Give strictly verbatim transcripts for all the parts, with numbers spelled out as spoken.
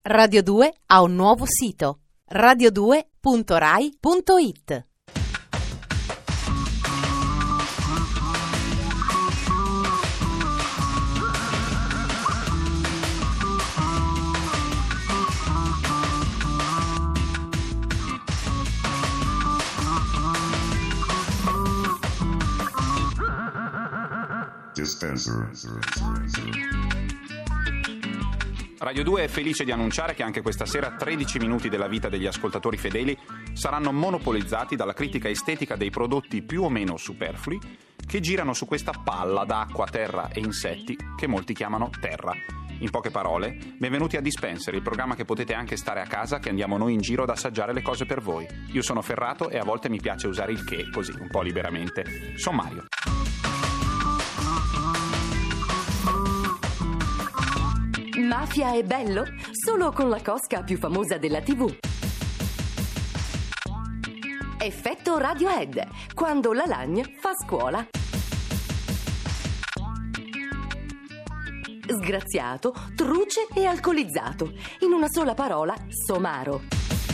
Radio due ha un nuovo sito: radio due punto rai punto it. Radio due è felice di annunciare che anche questa sera tredici minuti della vita degli ascoltatori fedeli saranno monopolizzati dalla critica estetica dei prodotti più o meno superflui che girano su questa palla d'acqua, terra e insetti che molti chiamano terra. In poche parole, benvenuti a Dispenser, il programma che potete anche stare a casa, che andiamo noi in giro ad assaggiare le cose per voi. Io sono Ferrato e a volte mi piace usare il che, così, un po' liberamente. Sommario. Mafia è bello? Solo con la cosca più famosa della tivù. Effetto Radiohead, quando la lagna fa scuola. Sgraziato, truce e alcolizzato. In una sola parola, somaro.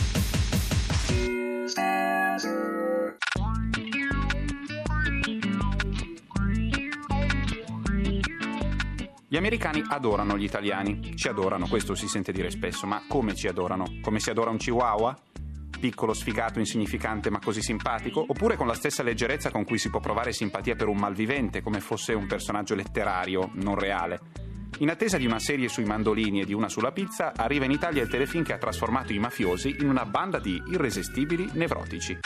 Gli americani adorano gli italiani, ci adorano, questo si sente dire spesso, ma come ci adorano? Come si adora un chihuahua? Piccolo, sfigato, insignificante ma così simpatico? Oppure con la stessa leggerezza con cui si può provare simpatia per un malvivente, come fosse un personaggio letterario, non reale? In attesa di una serie sui mandolini e di una sulla pizza, arriva in Italia il telefilm che ha trasformato i mafiosi in una banda di irresistibili nevrotici.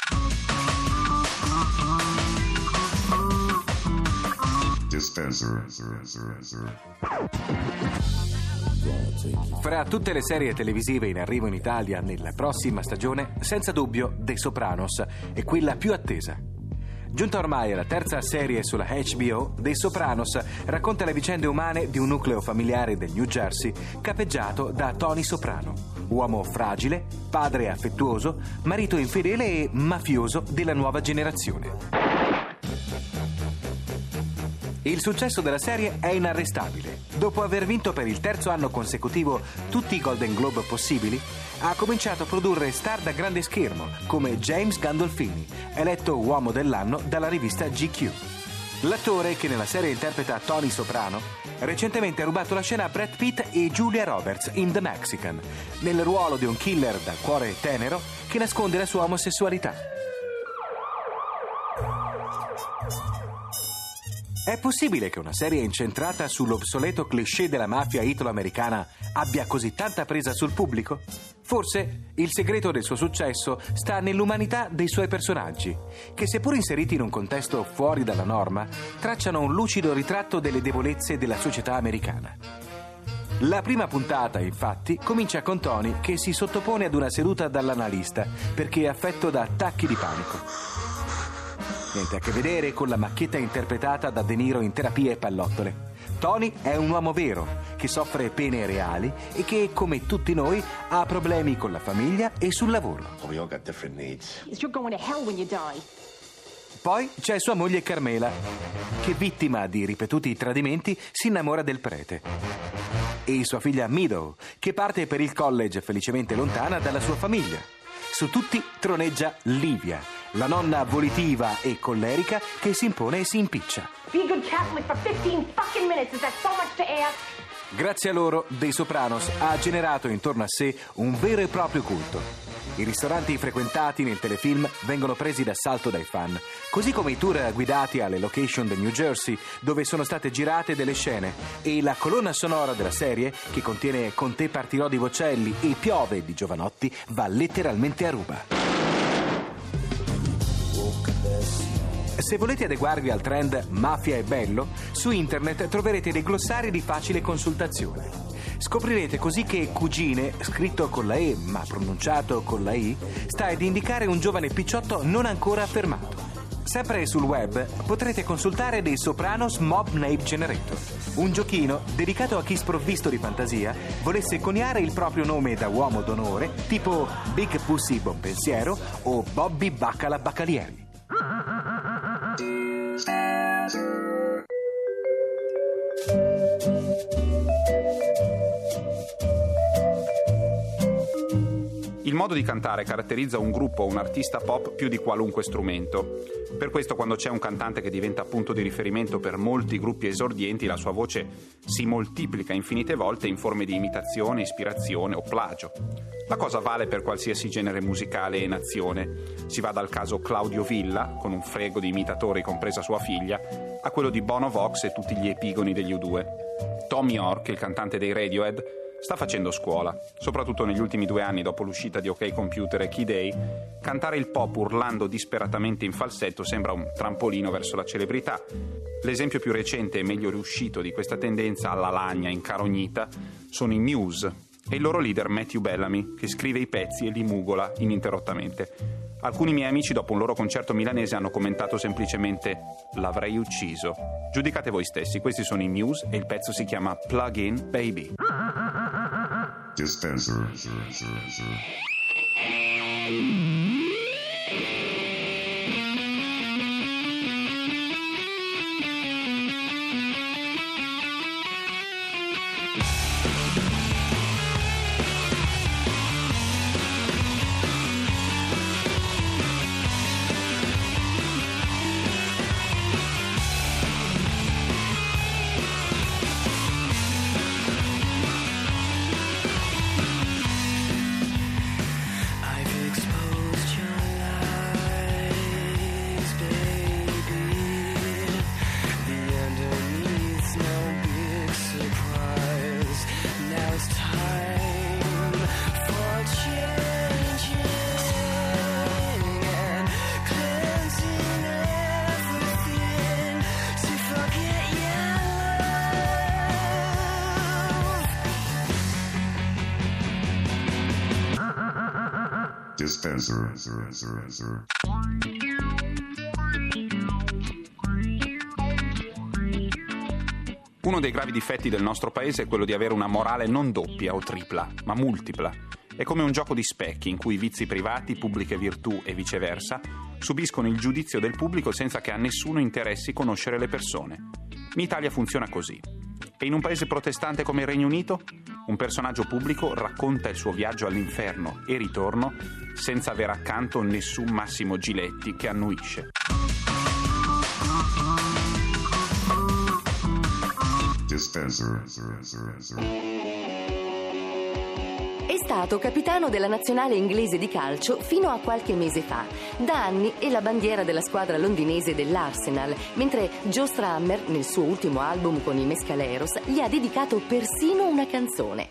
Fra tutte le serie televisive in arrivo in Italia nella prossima stagione, senza dubbio The Sopranos è quella più attesa. Giunta ormai alla terza serie sulla H B O, The Sopranos racconta le vicende umane di un nucleo familiare del New Jersey capeggiato da Tony Soprano, uomo fragile, padre affettuoso, marito infedele e mafioso della nuova generazione. Il successo della serie è inarrestabile. Dopo aver vinto per il terzo anno consecutivo tutti i Golden Globe possibili, ha cominciato a produrre star da grande schermo come James Gandolfini, eletto uomo dell'anno dalla rivista G Q. L'attore che nella serie interpreta Tony Soprano recentemente ha rubato la scena a Brad Pitt e Julia Roberts in The Mexican, nel ruolo di un killer dal cuore tenero che nasconde la sua omosessualità. È possibile che una serie incentrata sull'obsoleto cliché della mafia italo-americana abbia così tanta presa sul pubblico? Forse il segreto del suo successo sta nell'umanità dei suoi personaggi, che seppur inseriti in un contesto fuori dalla norma, tracciano un lucido ritratto delle debolezze della società americana. La prima puntata, infatti, comincia con Tony che si sottopone ad una seduta dall'analista perché è affetto da attacchi di panico. Niente a che vedere con la macchietta interpretata da De Niro in Terapia e pallottole. Tony è un uomo vero, che soffre pene reali e che, come tutti noi, ha problemi con la famiglia e sul lavoro. We all got different needs. You're going to hell when you die. Poi c'è sua moglie Carmela, che, vittima di ripetuti tradimenti, si innamora del prete. E sua figlia Meadow, che parte per il college felicemente lontana dalla sua famiglia. Su tutti troneggia Livia, la nonna volitiva e collerica che si impone e si impiccia. Be a good Catholic for fifteen fucking minutes. Is that so much to ask? Grazie a loro, The Sopranos ha generato intorno a sé un vero e proprio culto. I ristoranti frequentati nel telefilm vengono presi d'assalto dai fan, così come i tour guidati alle location del New Jersey, dove sono state girate delle scene, e la colonna sonora della serie, che contiene Con te partirò di Vocelli e Piove di Giovanotti, va letteralmente a ruba. Se volete adeguarvi al trend Mafia è bello, su internet troverete dei glossari di facile consultazione. Scoprirete così che Cugine, scritto con la E ma pronunciato con la I, sta ad indicare un giovane picciotto non ancora affermato. Sempre sul web potrete consultare dei Sopranos Mob Name Generator, un giochino dedicato a chi sprovvisto di fantasia volesse coniare il proprio nome da uomo d'onore, tipo Big Pussy Bonpensiero o Bobby Baccala Baccalieri. Il modo di cantare caratterizza un gruppo o un artista pop più di qualunque strumento. Per questo, quando c'è un cantante che diventa punto di riferimento per molti gruppi esordienti, la sua voce si moltiplica infinite volte in forme di imitazione, ispirazione o plagio. La cosa vale per qualsiasi genere musicale e nazione. Si va dal caso Claudio Villa, con un frego di imitatori compresa sua figlia, a quello di Bono Vox e tutti gli epigoni degli U due. Thom Yorke, il cantante dei Radiohead, sta facendo scuola, soprattutto negli ultimi due anni dopo l'uscita di OK Computer e Key Day. Cantare il pop urlando disperatamente in falsetto sembra un trampolino verso la celebrità. L'esempio più recente e meglio riuscito di questa tendenza alla lagna incarognita sono i Muse e il loro leader Matthew Bellamy, che scrive i pezzi e li mugola ininterrottamente. Alcuni miei amici dopo un loro concerto milanese hanno commentato semplicemente "l'avrei ucciso". Giudicate voi stessi, questi sono i Muse e il pezzo si chiama Plug In Baby. Dispenser. Dispenser. Uno dei gravi difetti del nostro paese è quello di avere una morale non doppia o tripla, ma multipla. È come un gioco di specchi in cui vizi privati, pubbliche virtù e viceversa subiscono il giudizio del pubblico senza che a nessuno interessi conoscere le persone. In Italia funziona così. E in un paese protestante come il Regno Unito, un personaggio pubblico racconta il suo viaggio all'inferno e ritorno senza avere accanto nessun Massimo Giletti che annuisce. Dispenser. È stato capitano della nazionale inglese di calcio fino a qualche mese fa. Da anni è la bandiera della squadra londinese dell'Arsenal, mentre Joe Strummer, nel suo ultimo album con i Mescaleros, gli ha dedicato persino una canzone.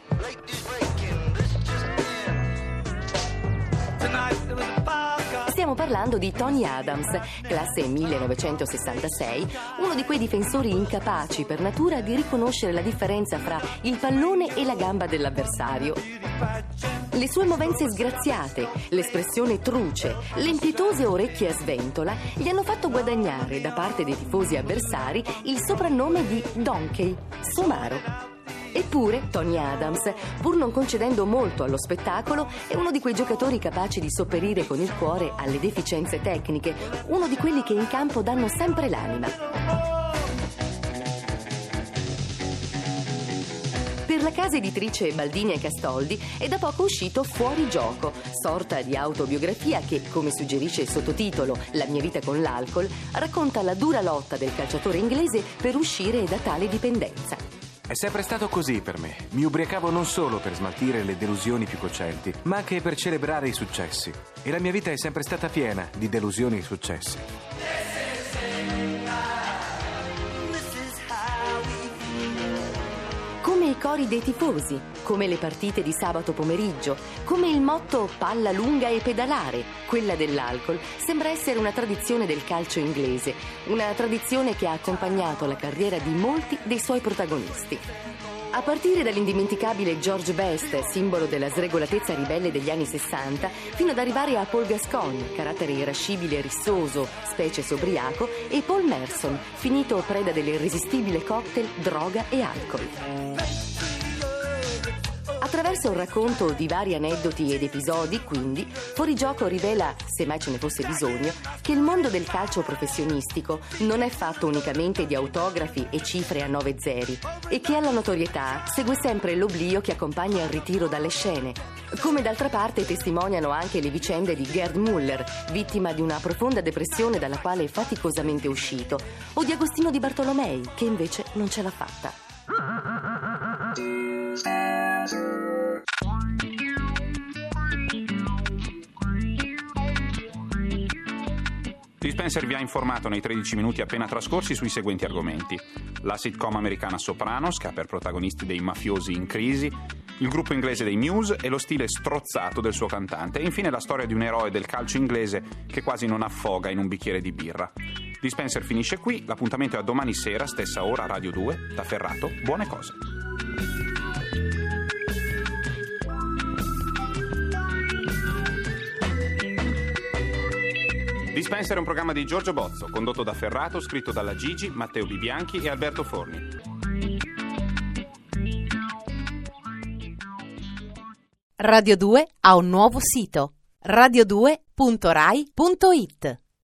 Stiamo parlando di Tony Adams, classe millenovecentosessantasei, uno di quei difensori incapaci per natura di riconoscere la differenza fra il pallone e la gamba dell'avversario. Le sue movenze sgraziate, l'espressione truce, le impietose orecchie a sventola gli hanno fatto guadagnare da parte dei tifosi avversari il soprannome di Donkey, somaro. Eppure Tony Adams, pur non concedendo molto allo spettacolo, è uno di quei giocatori capaci di sopperire con il cuore alle deficienze tecniche, uno di quelli che in campo danno sempre l'anima. Per la casa editrice Baldini e Castoldi è da poco uscito Fuori gioco, sorta di autobiografia che, come suggerisce il sottotitolo La mia vita con l'alcol, racconta la dura lotta del calciatore inglese per uscire da tale dipendenza. È sempre stato così per me. Mi ubriacavo non solo per smaltire le delusioni più cocenti, ma anche per celebrare i successi. E la mia vita è sempre stata piena di delusioni e successi. Come i cori dei tifosi, come le partite di sabato pomeriggio, come il motto palla lunga e pedalare, quella dell'alcol, sembra essere una tradizione del calcio inglese, una tradizione che ha accompagnato la carriera di molti dei suoi protagonisti. A partire dall'indimenticabile George Best, simbolo della sregolatezza ribelle degli anni sessanta, fino ad arrivare a Paul Gascoigne, carattere irascibile e rissoso, specie sobriaco, e Paul Merson, finito preda dell'irresistibile cocktail droga e alcol. A Attraverso un racconto di vari aneddoti ed episodi, quindi, Fuorigioco rivela, se mai ce ne fosse bisogno, che il mondo del calcio professionistico non è fatto unicamente di autografi e cifre a nove zeri e che alla notorietà segue sempre l'oblio che accompagna il ritiro dalle scene, come d'altra parte testimoniano anche le vicende di Gerd Müller, vittima di una profonda depressione dalla quale è faticosamente uscito, o di Agostino Di Bartolomei, che invece non ce l'ha fatta. Dispenser vi ha informato nei tredici minuti appena trascorsi sui seguenti argomenti: la sitcom americana Sopranos, che ha per protagonisti dei mafiosi in crisi, il gruppo inglese dei Muse e lo stile strozzato del suo cantante, e infine la storia di un eroe del calcio inglese che quasi non affoga in un bicchiere di birra. Dispenser finisce qui, l'appuntamento è a domani sera, stessa ora, Radio due, da Ferrato, buone cose. Dispenser è un programma di Giorgio Bozzo, condotto da Ferrato, scritto dalla Gigi, Matteo Bibianchi e Alberto Forni. Radio due ha un nuovo sito: radio due punto rai punto it.